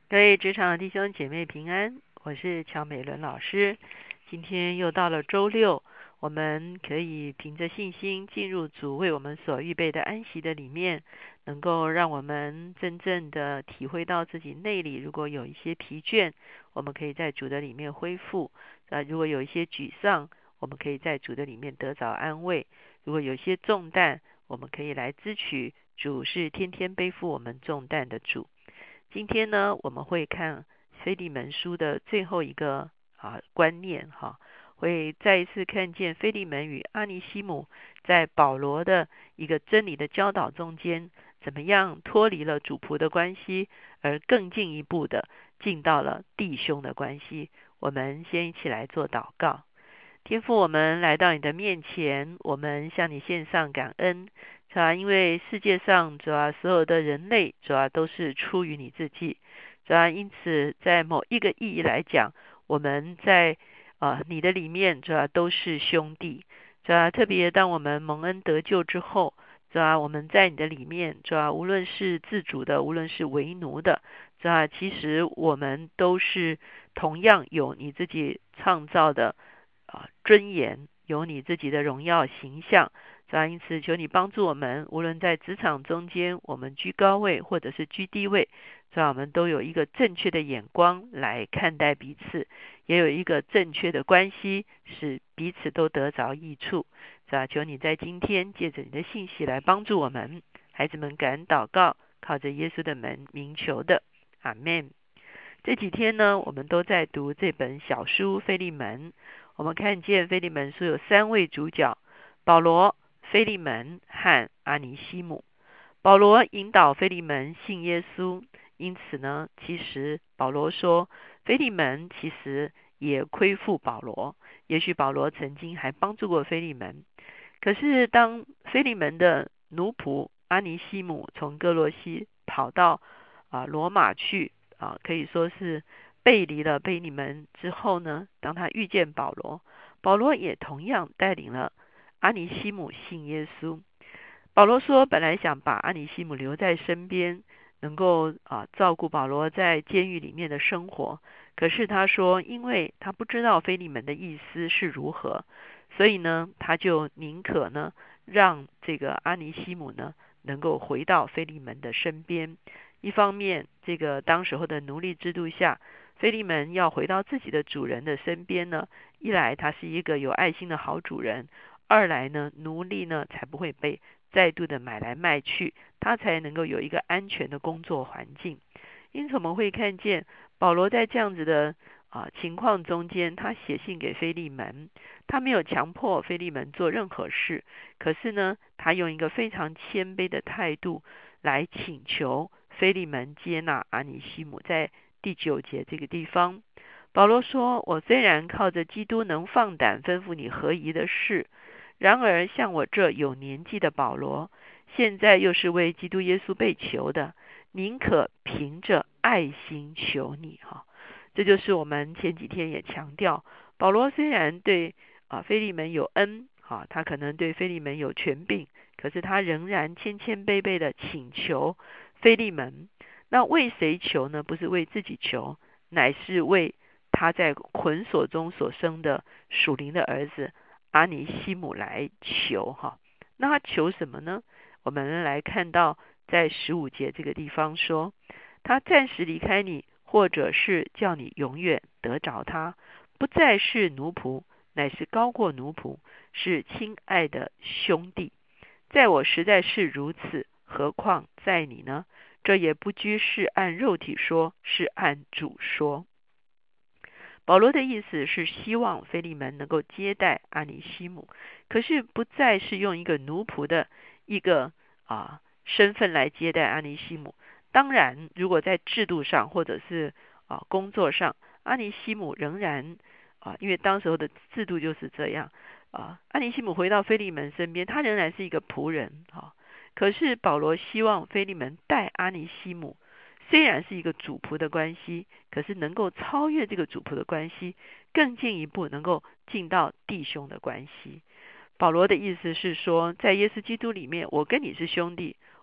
各位职场的弟兄姐妹平安，我是乔美伦老师。今天又到了周六，我们可以凭着信心进入主为我们所预备的安息的里面，能够让我们真正的体会到自己内里如果有一些疲倦，我们可以在主的里面恢复；如果有一些沮丧，我们可以在主的里面得着安慰；如果有一些重担，我们可以来支取主是天天背负我们重担的主。今天呢，我们会看腓利门书的最后一个观念会再一次看见腓利门与阿尼西姆在保罗的一个真理的教导中间，怎么样脱离了主仆的关系，而更进一步的进到了弟兄的关系。我们先一起来做祷告。天父，我们来到你的面前，我们向你献上感恩。因为世界上所有的人类都是出于你自己，因此在某一个意义来讲，我们在你的里面都是兄弟。特别当我们蒙恩得救之后，我们在你的里面无论是自主的，无论是为奴的，其实我们都是同样有你自己创造的尊严，有你自己的荣耀形象。因此求你帮助我们，无论在职场中间，我们居高位或者是居低位，我们都有一个正确的眼光来看待彼此，也有一个正确的关系，使彼此都得着益处。求你在今天借着你的信息来帮助我们。孩子们感恩祷告，靠着耶稣的名求的，阿们。这几天呢，我们都在读这本小书腓利门。我们看见腓利门书有3位主角：保罗、腓利门和阿尼西姆。保罗引导腓利门信耶稣，因此呢，其实保罗说腓利门其实也亏负保罗，也许保罗曾经还帮助过腓利门。可是当腓利门的奴仆阿尼西姆从哥罗西跑到罗马去，可以说是背离了腓利门之后呢，当他遇见保罗，保罗也同样带领了阿尼西姆信耶稣。保罗说本来想把阿尼西姆留在身边，能够照顾保罗在监狱里面的生活，可是他说因为他不知道腓利门的意思是如何，所以呢他就宁可呢让这个阿尼西姆呢能够回到腓利门的身边。一方面这个当时候的奴隶制度下，腓利门要回到自己的主人的身边呢，一来他是一个有爱心的好主人，二来呢奴隶呢才不会被再度的买来卖去，他才能够有一个安全的工作环境。因此我们会看见保罗在这样子的情况中间，他写信给腓利门，他没有强迫腓利门做任何事，可是呢他用一个非常谦卑的态度来请求腓利门接纳阿尼西姆。在第9节这个地方，保罗说，我虽然靠着基督能放胆吩咐你合宜的事，然而像我这有年纪的保罗，现在又是为基督耶稣被求的，宁可凭着爱心求你。这就是我们前几天也强调，保罗虽然对腓利门有恩，他可能对腓利门有权柄，可是他仍然谦谦卑卑的请求腓利门。那为谁求呢？不是为自己求，乃是为他在捆锁中所生的属灵的儿子阿尼西姆来求。那他求什么呢？我们来看到在15节这个地方说，他暂时离开你，或者是叫你永远得着他，不再是奴仆，乃是高过奴仆，是亲爱的兄弟。在我实在是如此，何况在你呢？这也不拘是按肉体说，是按主说。保罗的意思是希望腓利门能够接待阿尼西姆，可是不再是用一个奴仆的一个身份来接待阿尼西姆。当然如果在制度上或者是工作上，阿尼西姆仍然因为当时候的制度就是这样，阿尼西姆回到腓利门身边，他仍然是一个仆人。可是保罗希望腓利门带阿尼西姆，虽然是一个主仆的关系，可是能够超越这个主仆的关系，更进一步能够进到弟兄的关系。保罗的意思是说，在耶稣基督里面，我跟你是兄弟，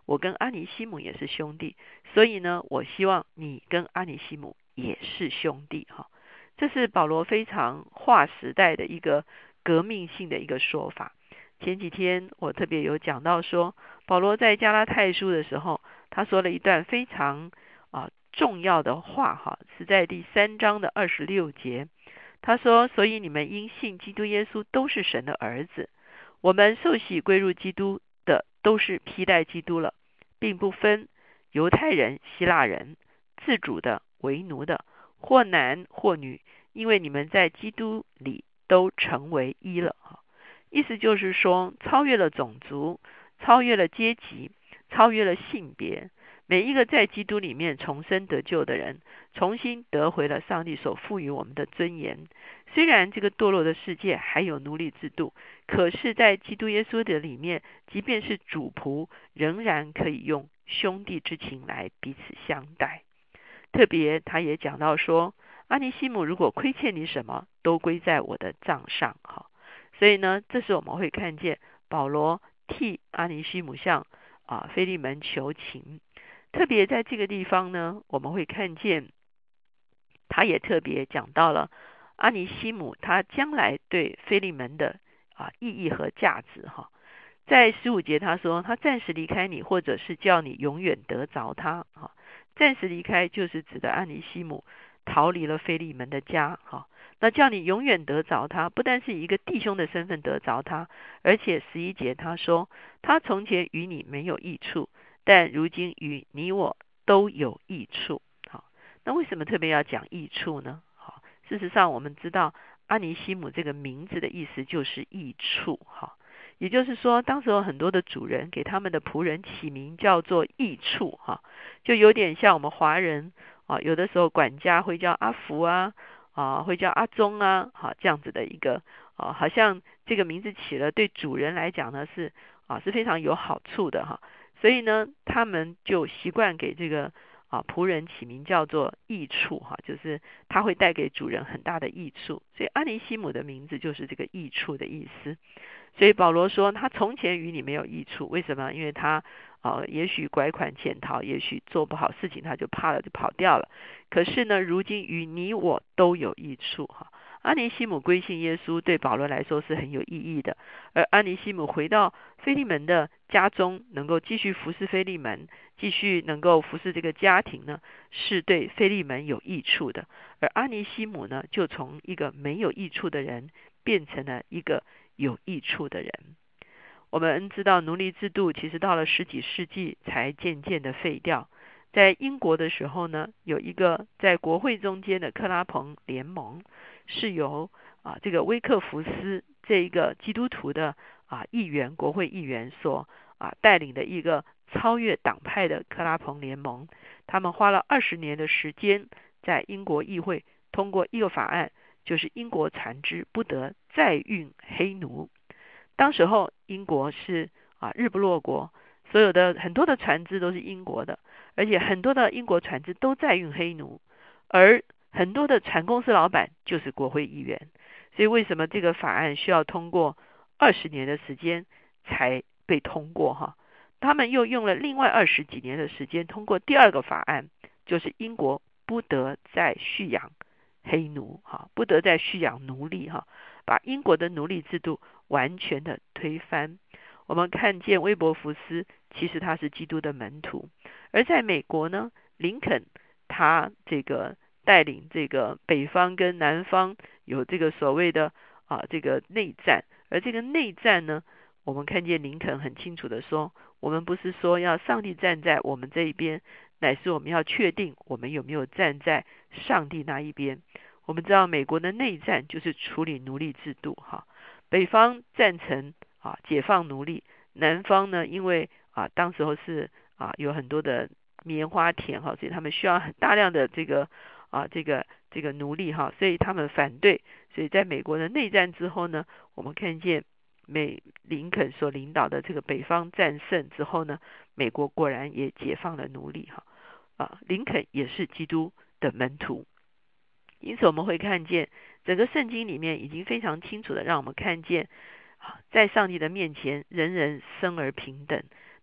我跟阿尼西姆也是兄弟，所以呢，我希望你跟阿尼西姆也是兄弟哈。这是保罗非常划时代的一个革命性的一个说法。前几天我特别有讲到说，保罗在加拉太书的时候，他说了一段非常重要的话哈，是在第3章的26节。他说：所以你们因信基督耶稣都是神的儿子，我们受洗归入基督的都是披戴基督了，并不分犹太人、希腊人，自主的、为奴的，或男或女，因为你们在基督里都成为一了。意思就是说，超越了种族，超越了阶级，超越了性别，每一个在基督里面重生得救的人，重新得回了上帝所赋予我们的尊严。虽然这个堕落的世界还有奴隶制度，可是在基督耶稣的里面，即便是主仆，仍然可以用兄弟之情来彼此相待。特别他也讲到说，阿尼西姆如果亏欠你什么，都归在我的账上。所以呢，这是我们会看见保罗替阿尼西姆向腓利门求情。特别在这个地方呢，我们会看见他也特别讲到了阿尼西姆他将来对腓利门的意义和价值哈。在15节他说，他暂时离开你，或者是叫你永远得着他。暂时离开就是指的阿尼西姆逃离了腓利门的家。那叫你永远得着他，不但是以一个弟兄的身份得着他，而且11节他说，他从前与你没有益处，但如今与你我都有益处。那为什么特别要讲益处呢？事实上我们知道阿尼西姆这个名字的意思就是益处。也就是说，当时有很多的主人给他们的仆人起名叫做益处，就有点像我们华人有的时候管家会叫阿福会叫阿忠这样子的一个好像这个名字起了对主人来讲呢是非常有好处的所以呢他们就习惯给这个仆人起名叫做益处就是他会带给主人很大的益处，所以阿尼西姆的名字就是这个益处的意思。所以保罗说他从前与你没有益处，为什么？因为他也许拐款潜逃，也许做不好事情他就怕了就跑掉了，可是呢如今与你我都有益处阿尼西姆归信耶稣对保罗来说是很有意义的，而阿尼西姆回到腓利门的家中，能够继续服侍腓利门，继续能够服侍这个家庭呢，是对腓利门有益处的。而阿尼西姆呢，就从一个没有益处的人变成了一个有益处的人。我们知道奴隶制度其实到了10几世纪才渐渐的废掉。在英国的时候呢，有一个在国会中间的克拉彭联盟，是由这个威克福斯这一个基督徒的议员，国会议员所带领的一个超越党派的克拉彭联盟。他们花了20年的时间，在英国议会通过一个法案，就是英国船只不得再运黑奴。当时候英国是日不落国，所有的很多的船只都是英国的，而且很多的英国船只都在运黑奴，而很多的船公司老板就是国会议员。所以为什么这个法案需要通过20年的时间才被通过他们又用了另外20几年的时间通过第二个法案，就是英国不得再蓄养黑奴不得再蓄养奴隶把英国的奴隶制度完全的推翻。我们看见威伯福斯其实他是基督的门徒，而在美国呢，林肯他这个带领这个北方跟南方有这个所谓的这个内战，而这个内战呢，我们看见林肯很清楚的说，我们不是说要上帝站在我们这一边，乃是我们要确定我们有没有站在上帝那一边。我们知道美国的内战就是处理奴隶制度北方赞成解放奴隶，南方呢因为当时候是有很多的棉花田所以他们需要很大量的这个奴隶所以他们反对。所以在美国的内战之后呢，我们看见林肯所领导的这个北方战胜之后呢，美国果然也解放了奴隶林肯也是基督的门徒。因此我们会看见整个圣经里面已经非常清楚的让我们看见，在上帝的面前人人生而平等，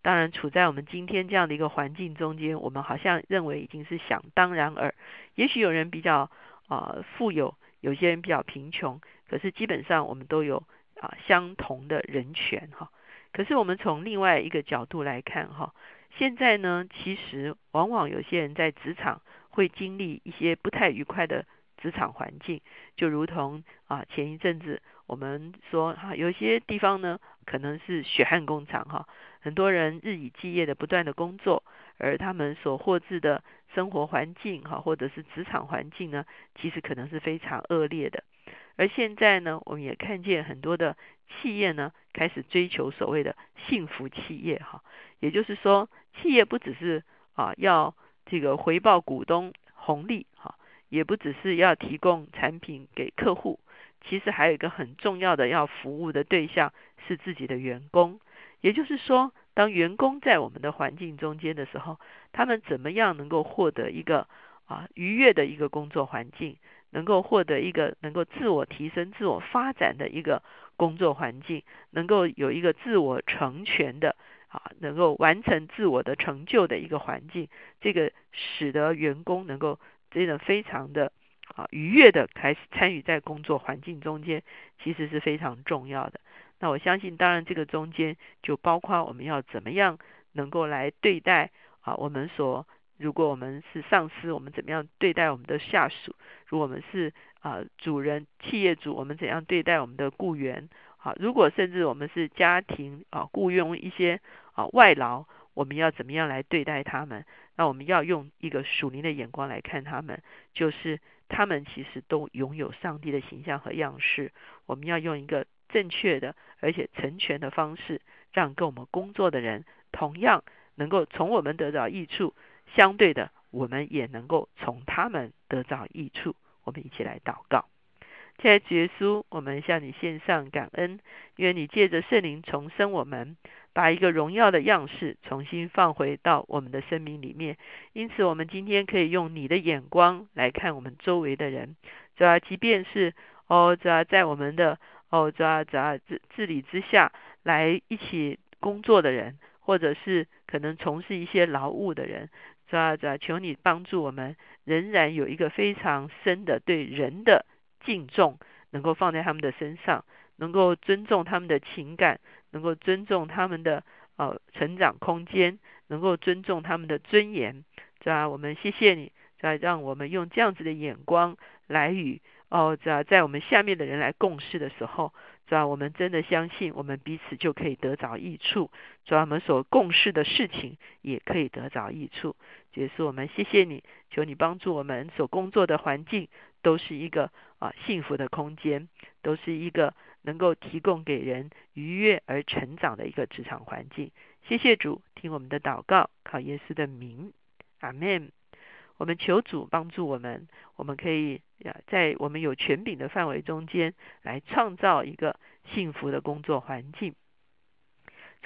当然处在我们今天这样的一个环境中间，我们好像认为已经是想当然耳。也许有人比较富有，有些人比较贫穷，可是基本上我们都有相同的人权哈。可是我们从另外一个角度来看哈，现在呢，其实往往有些人在职场会经历一些不太愉快的职场环境，就如同前一阵子我们说有些地方呢可能是血汗工厂哈，很多人日以继夜的不断的工作，而他们所获致的生活环境哈，或者是职场环境呢，其实可能是非常恶劣的。而现在呢，我们也看见很多的企业呢，开始追求所谓的幸福企业哈，也就是说，企业不只是要这个回报股东红利哈，也不只是要提供产品给客户，其实还有一个很重要的要服务的对象是自己的员工。也就是说，当员工在我们的环境中间的时候，他们怎么样能够获得一个愉悦的一个工作环境，能够获得一个能够自我提升、自我发展的一个工作环境，能够有一个自我成全的能够完成自我的成就的一个环境，这个使得员工能够真的非常的愉悦的开始参与在工作环境中间，其实是非常重要的。那我相信，当然这个中间就包括我们要怎么样能够来对待我们如果我们是上司，我们怎么样对待我们的下属；如果我们是主人、企业主，我们怎样对待我们的雇员？如果甚至我们是家庭雇佣一些外劳，我们要怎么样来对待他们？那我们要用一个属灵的眼光来看他们，就是他们其实都拥有上帝的形象和样式。我们要用一个正确的而且成全的方式，让跟我们工作的人同样能够从我们得到益处，相对的我们也能够从他们得到益处。我们一起来祷告。亲爱的主耶稣，我们向你献上感恩，因为你借着圣灵重生我们，把一个荣耀的样式重新放回到我们的生命里面。因此我们今天可以用你的眼光来看我们周围的人，即便是在我们的治理之下来一起工作的人，或者是可能从事一些劳务的人，求你帮助我们仍然有一个非常深的对人的敬重，能够放在他们的身上，能够尊重他们的情感，能够尊重他们的成长空间，能够尊重他们的尊严。我们谢谢你，让我们用这样子的眼光来与在我们下面的人来共事的时候，我们真的相信我们彼此就可以得着益处，我们所共事的事情也可以得着益处。也是我们谢谢你，求你帮助我们所工作的环境都是一个幸福的空间，都是一个能够提供给人愉悦而成长的一个职场环境。谢谢主，听我们的祷告，靠耶稣的名，阿们。我们求主帮助我们，我们可以在我们有权柄的范围中间来创造一个幸福的工作环境。